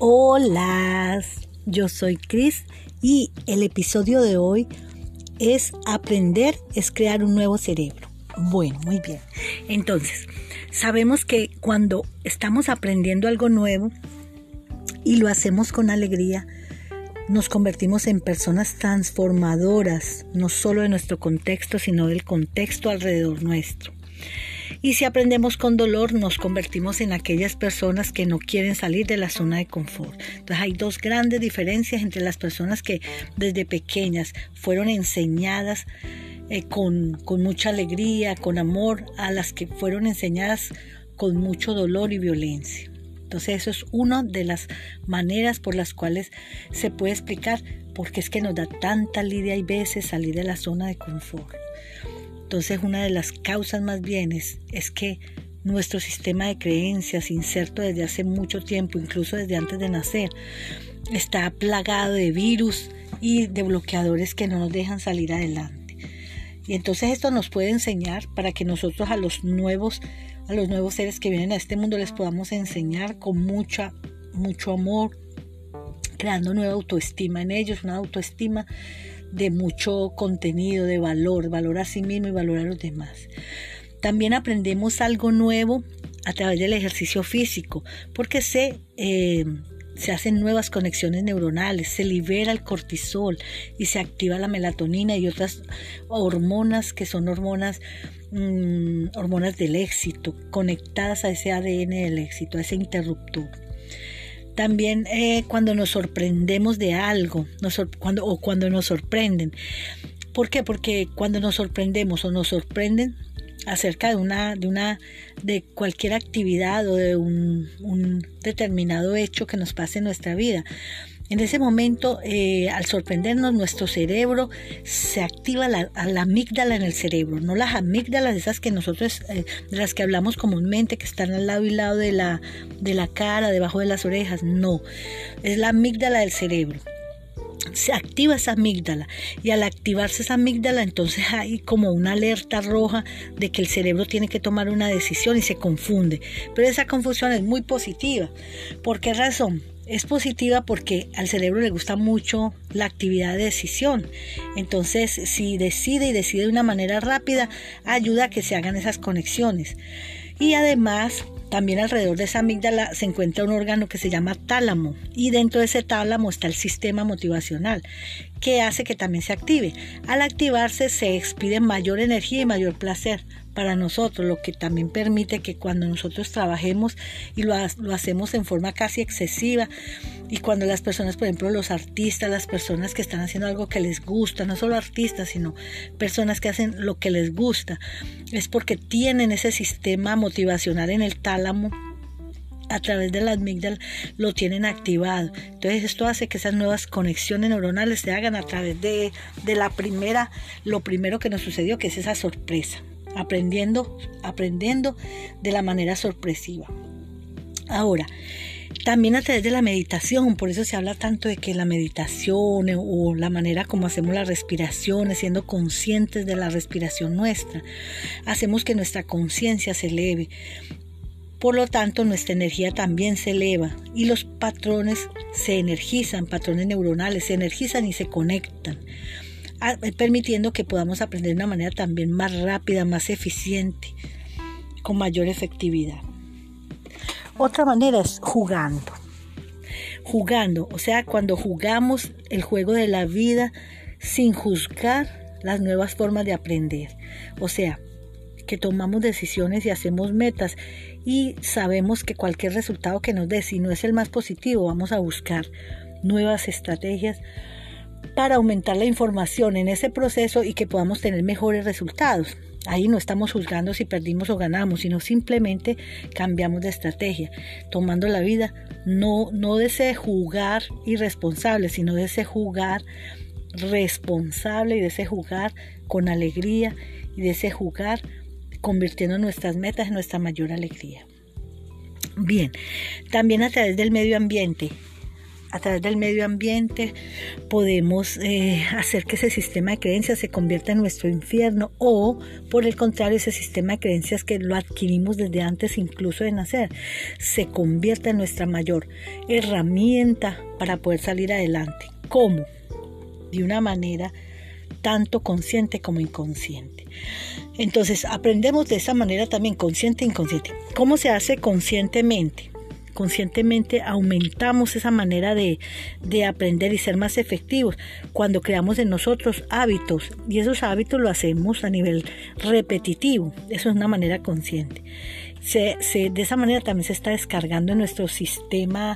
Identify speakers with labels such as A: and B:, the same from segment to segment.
A: Hola, yo soy Cris y el episodio de hoy es aprender es crear un nuevo cerebro. Bueno, muy bien. Entonces, sabemos que cuando estamos aprendiendo algo nuevo y lo hacemos con alegría, nos convertimos en personas transformadoras, no solo de nuestro contexto, sino del contexto alrededor nuestro. Y si aprendemos con dolor, nos convertimos en aquellas personas que no quieren salir de la zona de confort. Entonces hay dos grandes diferencias entre las personas que desde pequeñas fueron enseñadas con mucha alegría, con amor, a las que fueron enseñadas con mucho dolor y violencia. Entonces eso es una de las maneras por las cuales se puede explicar por qué es que nos da tanta lidia y veces salir de la zona de confort. Entonces una de las causas más bien es que nuestro sistema de creencias, inserto desde hace mucho tiempo, incluso desde antes de nacer, está plagado de virus y de bloqueadores que no nos dejan salir adelante. Y entonces esto nos puede enseñar para que nosotros a los nuevos seres que vienen a este mundo les podamos enseñar con mucho amor, creando nueva autoestima en ellos, una autoestima de mucho contenido, de valor a sí mismo y valor a los demás. También aprendemos algo nuevo a través del ejercicio físico, porque se hacen nuevas conexiones neuronales, se libera el cortisol y se activa la melatonina y otras hormonas que son hormonas del éxito, conectadas a ese ADN del éxito, a ese interruptor. También cuando nos sorprendemos de algo, cuando nos sorprenden. ¿Por qué? Porque cuando nos sorprendemos o nos sorprenden acerca de cualquier actividad o de un determinado hecho que nos pase en nuestra vida, en ese momento, al sorprendernos, nuestro cerebro se activa la amígdala en el cerebro, no las amígdalas esas que nosotros, de las que hablamos comúnmente, que están al lado y lado de la cara, debajo de las orejas, no, es la amígdala del cerebro. Se activa esa amígdala y al activarse esa amígdala entonces hay como una alerta roja de que el cerebro tiene que tomar una decisión y se confunde, pero esa confusión es muy positiva. ¿Por qué razón? Es positiva porque al cerebro le gusta mucho la actividad de decisión. Entonces, si decide de una manera rápida, ayuda a que se hagan esas conexiones. Y además, también alrededor de esa amígdala se encuentra un órgano que se llama tálamo. Y dentro de ese tálamo está el sistema motivacional, que hace que también se active. Al activarse se expide mayor energía y mayor placer para nosotros, lo que también permite que cuando nosotros trabajemos y lo hacemos en forma casi excesiva, y cuando las personas, por ejemplo los artistas, las personas que están haciendo algo que les gusta, no solo artistas sino personas que hacen lo que les gusta, es porque tienen ese sistema motivacional en el tálamo, a través de la amígdala lo tienen activado. Entonces esto hace que esas nuevas conexiones neuronales se hagan a través de lo primero que nos sucedió, que es esa sorpresa. Aprendiendo de la manera sorpresiva. Ahora, también a través de la meditación, por eso se habla tanto de que la meditación o la manera como hacemos las respiraciones, siendo conscientes de la respiración nuestra, hacemos que nuestra conciencia se eleve. Por lo tanto, nuestra energía también se eleva y los patrones se energizan, patrones neuronales se energizan y se conectan, permitiendo que podamos aprender de una manera también más rápida, más eficiente, con mayor efectividad. Otra manera es jugando, o sea, cuando jugamos el juego de la vida sin juzgar las nuevas formas de aprender, o sea, que tomamos decisiones y hacemos metas y sabemos que cualquier resultado que nos dé, si no es el más positivo, vamos a buscar nuevas estrategias para aumentar la información en ese proceso y que podamos tener mejores resultados. Ahí no estamos juzgando si perdimos o ganamos, sino simplemente cambiamos de estrategia, tomando la vida no de ese jugar irresponsable, sino de ese jugar responsable y de ese jugar con alegría y de ese jugar convirtiendo nuestras metas en nuestra mayor alegría. Bien, también a través del medio ambiente a través del medio ambiente podemos hacer que ese sistema de creencias se convierta en nuestro infierno, o por el contrario, ese sistema de creencias que lo adquirimos desde antes incluso de nacer se convierta en nuestra mayor herramienta para poder salir adelante. ¿Cómo? De una manera tanto consciente como inconsciente. Entonces aprendemos de esa manera también, consciente e inconsciente. ¿Cómo se hace conscientemente? Conscientemente aumentamos esa manera de aprender y ser más efectivos cuando creamos en nosotros hábitos, y esos hábitos lo hacemos a nivel repetitivo. Eso es una manera consciente. De esa manera también se está descargando en nuestro sistema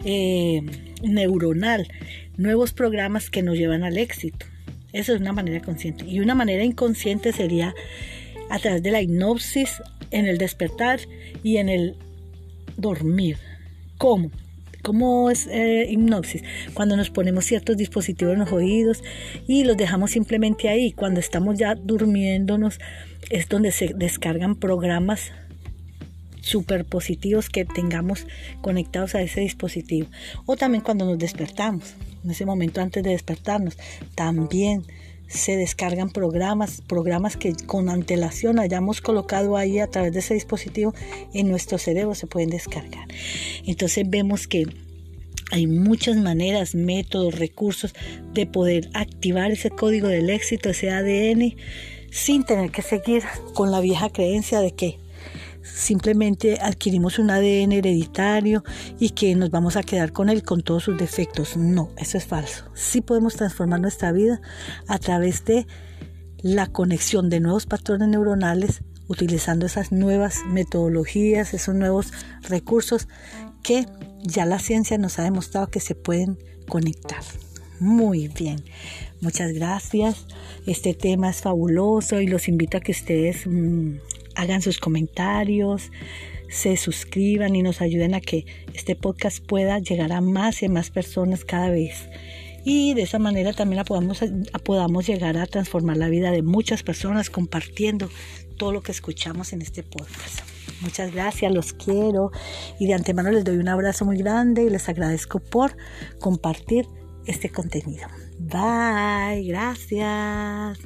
A: neuronal nuevos programas que nos llevan al éxito. Eso es una manera consciente. Y una manera inconsciente sería a través de la hipnosis, en el despertar y en el dormir. ¿Cómo? ¿Cómo es hipnosis? Cuando nos ponemos ciertos dispositivos en los oídos y los dejamos simplemente ahí. Cuando estamos ya durmiéndonos es donde se descargan programas súper positivos que tengamos conectados a ese dispositivo. O también cuando nos despertamos, en ese momento antes de despertarnos, también se descargan programas que con antelación hayamos colocado ahí a través de ese dispositivo en nuestro cerebro, se pueden descargar. Entonces vemos que hay muchas maneras, métodos, recursos de poder activar ese código del éxito, ese ADN, sin tener que seguir con la vieja creencia de que simplemente adquirimos un ADN hereditario y que nos vamos a quedar con él con todos sus defectos. No, eso es falso. Sí podemos transformar nuestra vida a través de la conexión de nuevos patrones neuronales, utilizando esas nuevas metodologías, esos nuevos recursos que ya la ciencia nos ha demostrado que se pueden conectar. Muy bien, muchas gracias. Este tema es fabuloso y los invito a que ustedes hagan sus comentarios, se suscriban y nos ayuden a que este podcast pueda llegar a más y más personas cada vez. Y de esa manera también podamos llegar a transformar la vida de muchas personas compartiendo todo lo que escuchamos en este podcast. Muchas gracias, los quiero y de antemano les doy un abrazo muy grande y les agradezco por compartir este contenido. Bye, gracias.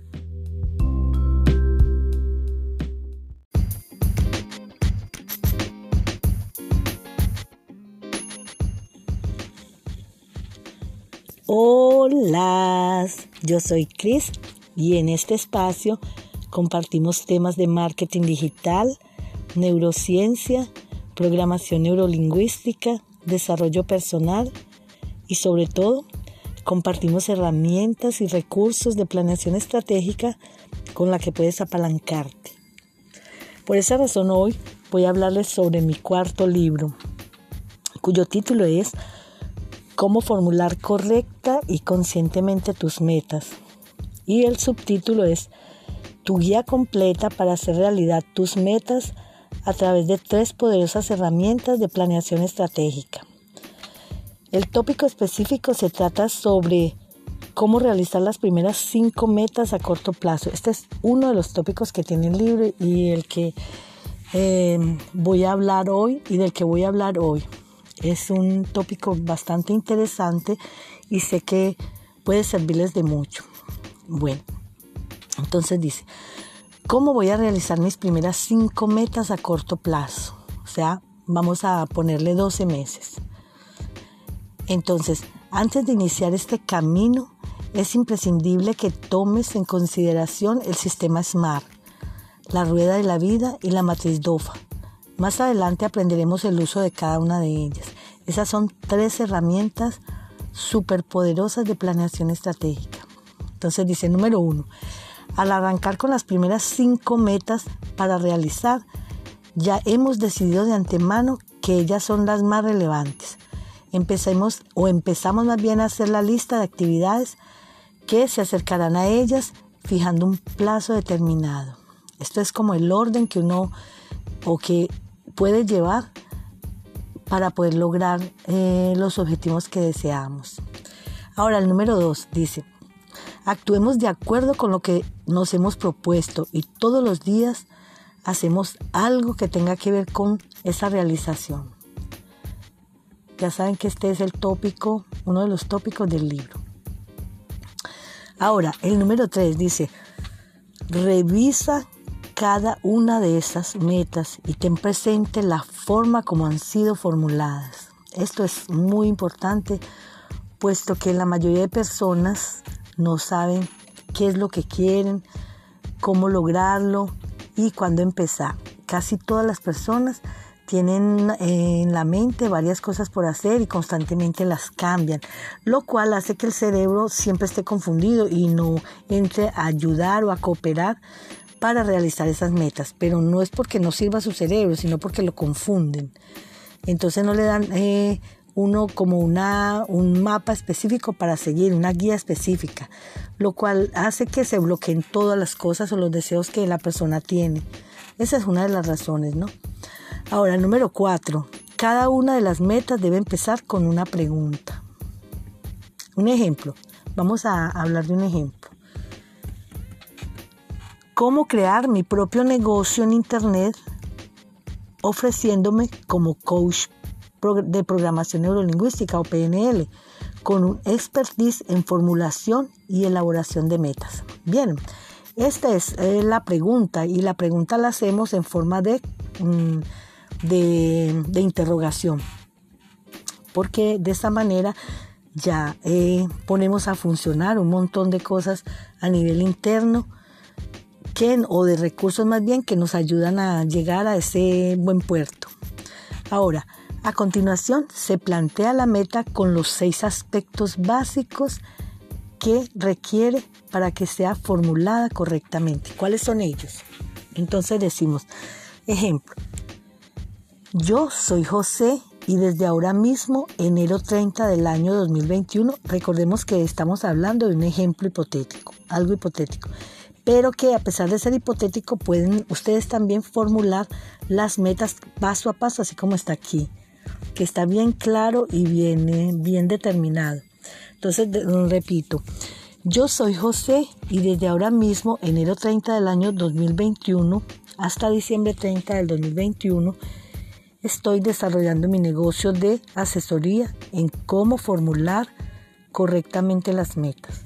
A: Hola, yo soy Cris y en este espacio compartimos temas de marketing digital, neurociencia, programación neurolingüística, desarrollo personal y sobre todo compartimos herramientas y recursos de planeación estratégica con la que puedes apalancarte. Por esa razón hoy voy a hablarles sobre mi cuarto libro, cuyo título es Cómo formular correcta y conscientemente tus metas. Y el subtítulo es Tu guía completa para hacer realidad tus metas a través de 3 poderosas herramientas de planeación estratégica. El tópico específico se trata sobre cómo realizar las primeras 5 metas a corto plazo. Este es uno de los tópicos que tiene el libro y el que voy a hablar hoy y del que voy a hablar hoy. Es un tópico bastante interesante y sé que puede servirles de mucho. Bueno, entonces dice, ¿cómo voy a realizar mis primeras 5 metas a corto plazo? O sea, vamos a ponerle 12 meses. Entonces, antes de iniciar este camino, es imprescindible que tomes en consideración el sistema SMART, la rueda de la vida y la matriz DOFA. Más adelante aprenderemos el uso de cada una de ellas. Esas son 3 herramientas superpoderosas de planeación estratégica. Entonces dice, número 1, al arrancar con las primeras 5 metas para realizar, ya hemos decidido de antemano que ellas son las más relevantes. Empezamos más bien a hacer la lista de actividades que se acercarán a ellas fijando un plazo determinado. Esto es como el orden que uno o que puede llevar para poder lograr los objetivos que deseamos. Ahora el número 2 dice, actuemos de acuerdo con lo que nos hemos propuesto y todos los días hacemos algo que tenga que ver con esa realización. Ya saben que este es el tópico, uno de los tópicos del libro. Ahora, el número 3 dice, revisa cada una de esas metas y ten presente la forma como han sido formuladas. Esto es muy importante, puesto que la mayoría de personas no saben qué es lo que quieren, cómo lograrlo y cuándo empezar. Casi todas las personas tienen en la mente varias cosas por hacer y constantemente las cambian, lo cual hace que el cerebro siempre esté confundido y no entre a ayudar o a cooperar para realizar esas metas. Pero no es porque no sirva su cerebro, sino porque lo confunden. Entonces no le dan uno como un mapa específico para seguir, una guía específica, lo cual hace que se bloqueen todas las cosas o los deseos que la persona tiene. Esa es una de las razones, ¿no? Ahora, número 4. Cada una de las metas debe empezar con una pregunta. Un ejemplo. Vamos a hablar de un ejemplo. ¿Cómo crear mi propio negocio en Internet ofreciéndome como coach de programación neurolingüística o PNL con un expertise en formulación y elaboración de metas? Bien, esta es la pregunta y la pregunta la hacemos en forma de interrogación, porque de esta manera ya ponemos a funcionar un montón de cosas a nivel interno o de recursos más bien que nos ayudan a llegar a ese buen puerto. Ahora, a continuación se plantea la meta con los 6 aspectos básicos que requiere para que sea formulada correctamente. ¿Cuáles son ellos? Entonces decimos, ejemplo, yo soy José y desde ahora mismo, enero 30 del año 2021, recordemos que estamos hablando de un ejemplo hipotético, algo hipotético, pero que a pesar de ser hipotético pueden ustedes también formular las metas paso a paso, así como está aquí, que está bien claro y bien determinado. Entonces, repito, yo soy José y desde ahora mismo, enero 30 del año 2021 hasta diciembre 30 del 2021, estoy desarrollando mi negocio de asesoría en cómo formular correctamente las metas.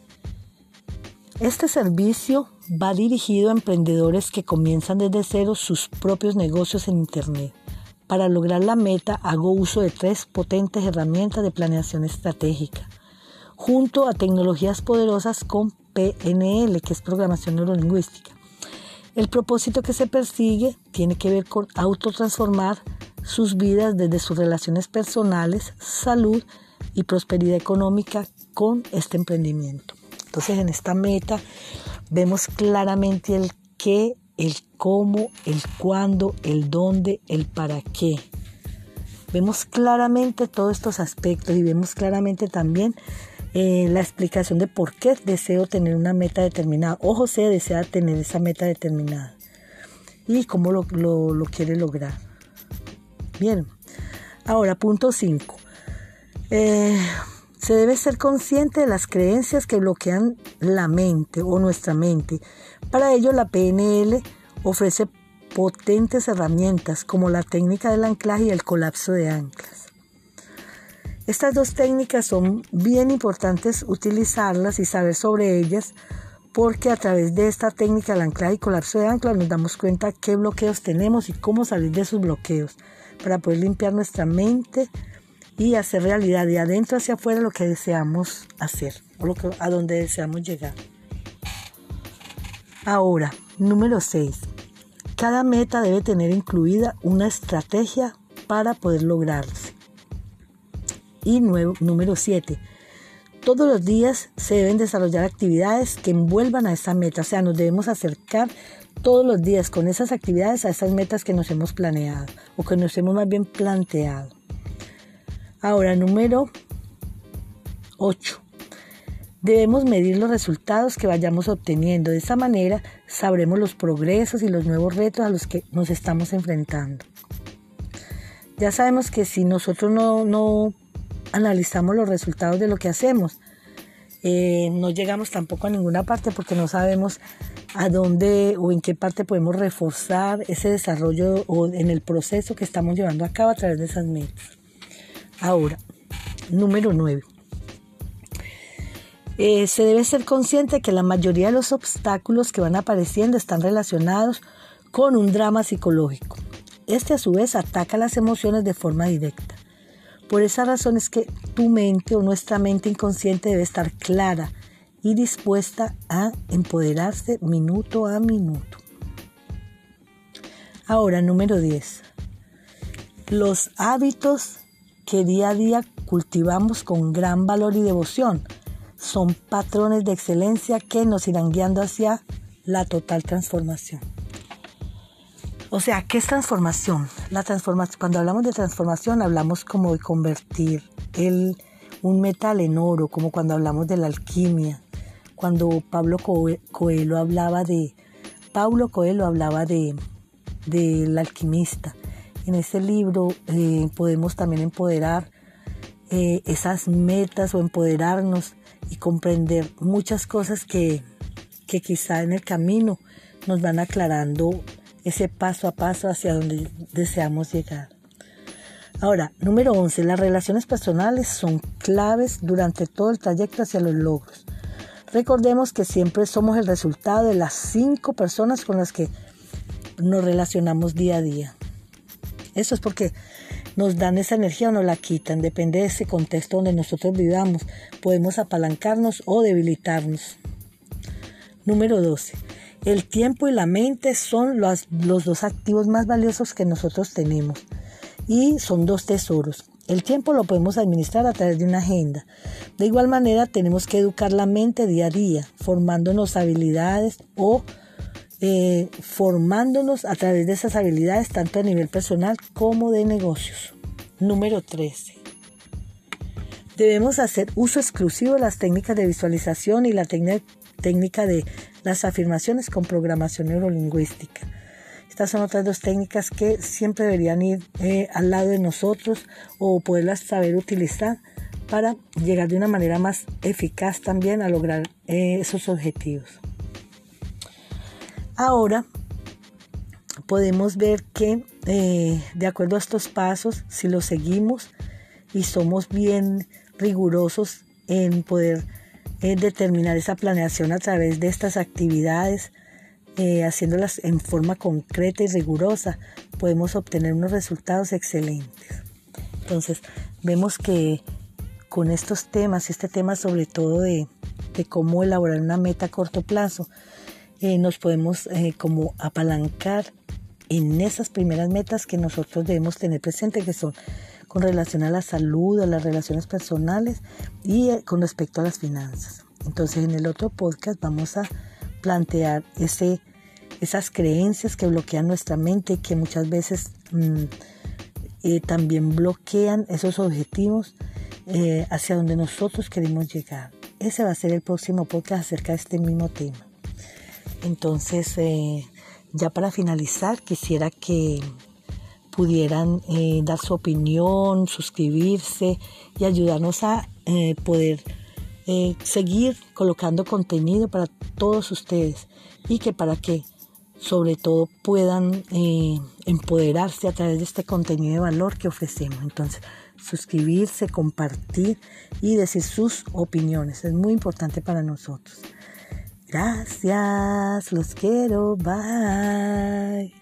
A: Este servicio va dirigido a emprendedores que comienzan desde cero sus propios negocios en Internet. Para lograr la meta hago uso de 3 potentes herramientas de planeación estratégica, junto a tecnologías poderosas con PNL, que es programación neurolingüística. El propósito que se persigue tiene que ver con autotransformar sus vidas desde sus relaciones personales, salud y prosperidad económica con este emprendimiento. Entonces, en esta meta vemos claramente el qué, el cómo, el cuándo, el dónde, el para qué. Vemos claramente todos estos aspectos y vemos claramente también la explicación de por qué deseo tener una meta determinada o José desea tener esa meta determinada y cómo lo quiere lograr. Bien, ahora punto 5. Se debe ser consciente de las creencias que bloquean la mente o nuestra mente. Para ello, la PNL ofrece potentes herramientas como la técnica del anclaje y el colapso de anclas. Estas 2 técnicas son bien importantes utilizarlas y saber sobre ellas, porque a través de esta técnica del anclaje y colapso de anclas nos damos cuenta qué bloqueos tenemos y cómo salir de esos bloqueos para poder limpiar nuestra mente y hacer realidad de adentro hacia afuera lo que deseamos hacer o a donde deseamos llegar. Ahora, número 6. Cada meta debe tener incluida una estrategia para poder lograrse. Y número 7. Todos los días se deben desarrollar actividades que envuelvan a esa meta. O sea, nos debemos acercar todos los días con esas actividades a esas metas que nos hemos planeado o que nos hemos más bien planteado. Ahora, número 8. Debemos medir los resultados que vayamos obteniendo. De esa manera sabremos los progresos y los nuevos retos a los que nos estamos enfrentando. Ya sabemos que si nosotros no analizamos los resultados de lo que hacemos, no llegamos tampoco a ninguna parte porque no sabemos a dónde o en qué parte podemos reforzar ese desarrollo o en el proceso que estamos llevando a cabo a través de esas metas. Ahora, número 9. Se debe ser consciente que la mayoría de los obstáculos que van apareciendo están relacionados con un drama psicológico. Este a su vez ataca las emociones de forma directa. Por esa razón es que tu mente o nuestra mente inconsciente debe estar clara y dispuesta a empoderarse minuto a minuto. Ahora, número 10. Los hábitos que día a día cultivamos con gran valor y devoción son patrones de excelencia que nos irán guiando hacia la total transformación. O sea, ¿qué es transformación? Cuando hablamos de transformación, hablamos como de convertir un metal en oro, como cuando hablamos de la alquimia. Cuando Paulo Coelho hablaba del alquimista. En ese libro podemos también empoderar esas metas o empoderarnos y comprender muchas cosas que quizá en el camino nos van aclarando ese paso a paso hacia donde deseamos llegar. Ahora, número 11. Las relaciones personales son claves durante todo el trayecto hacia los logros. Recordemos que siempre somos el resultado de las 5 personas con las que nos relacionamos día a día. Eso es porque nos dan esa energía o nos la quitan. Depende de ese contexto donde nosotros vivamos. Podemos apalancarnos o debilitarnos. Número 12. El tiempo y la mente son los 2 activos más valiosos que nosotros tenemos. Y son 2 tesoros. El tiempo lo podemos administrar a través de una agenda. De igual manera, tenemos que educar la mente día a día, formándonos habilidades o formándonos a través de esas habilidades, tanto a nivel personal como de negocios. Número 13. Debemos hacer uso exclusivo de las técnicas de visualización y la técnica de las afirmaciones con programación neurolingüística. Estas son otras 2 técnicas que siempre deberían ir al lado de nosotros o poderlas saber utilizar para llegar de una manera más eficaz también a lograr esos objetivos. Ahora podemos ver que de acuerdo a estos pasos, si los seguimos y somos bien rigurosos en poder determinar esa planeación a través de estas actividades, haciéndolas en forma concreta y rigurosa, podemos obtener unos resultados excelentes. Entonces, vemos que con estos temas, este tema sobre todo de cómo elaborar una meta a corto plazo, nos podemos como apalancar en esas primeras metas que nosotros debemos tener presente, que son con relación a la salud, a las relaciones personales y con respecto a las finanzas. Entonces, en el otro podcast vamos a plantear esas creencias que bloquean nuestra mente, que muchas veces también bloquean esos objetivos hacia donde nosotros queremos llegar. Ese va a ser el próximo podcast acerca de este mismo tema. Entonces, ya para finalizar, quisiera que pudieran dar su opinión, suscribirse y ayudarnos a poder seguir colocando contenido para todos ustedes y para que sobre todo puedan empoderarse a través de este contenido de valor que ofrecemos. Entonces, suscribirse, compartir y decir sus opiniones. Es muy importante para nosotros. Gracias, los quiero, bye.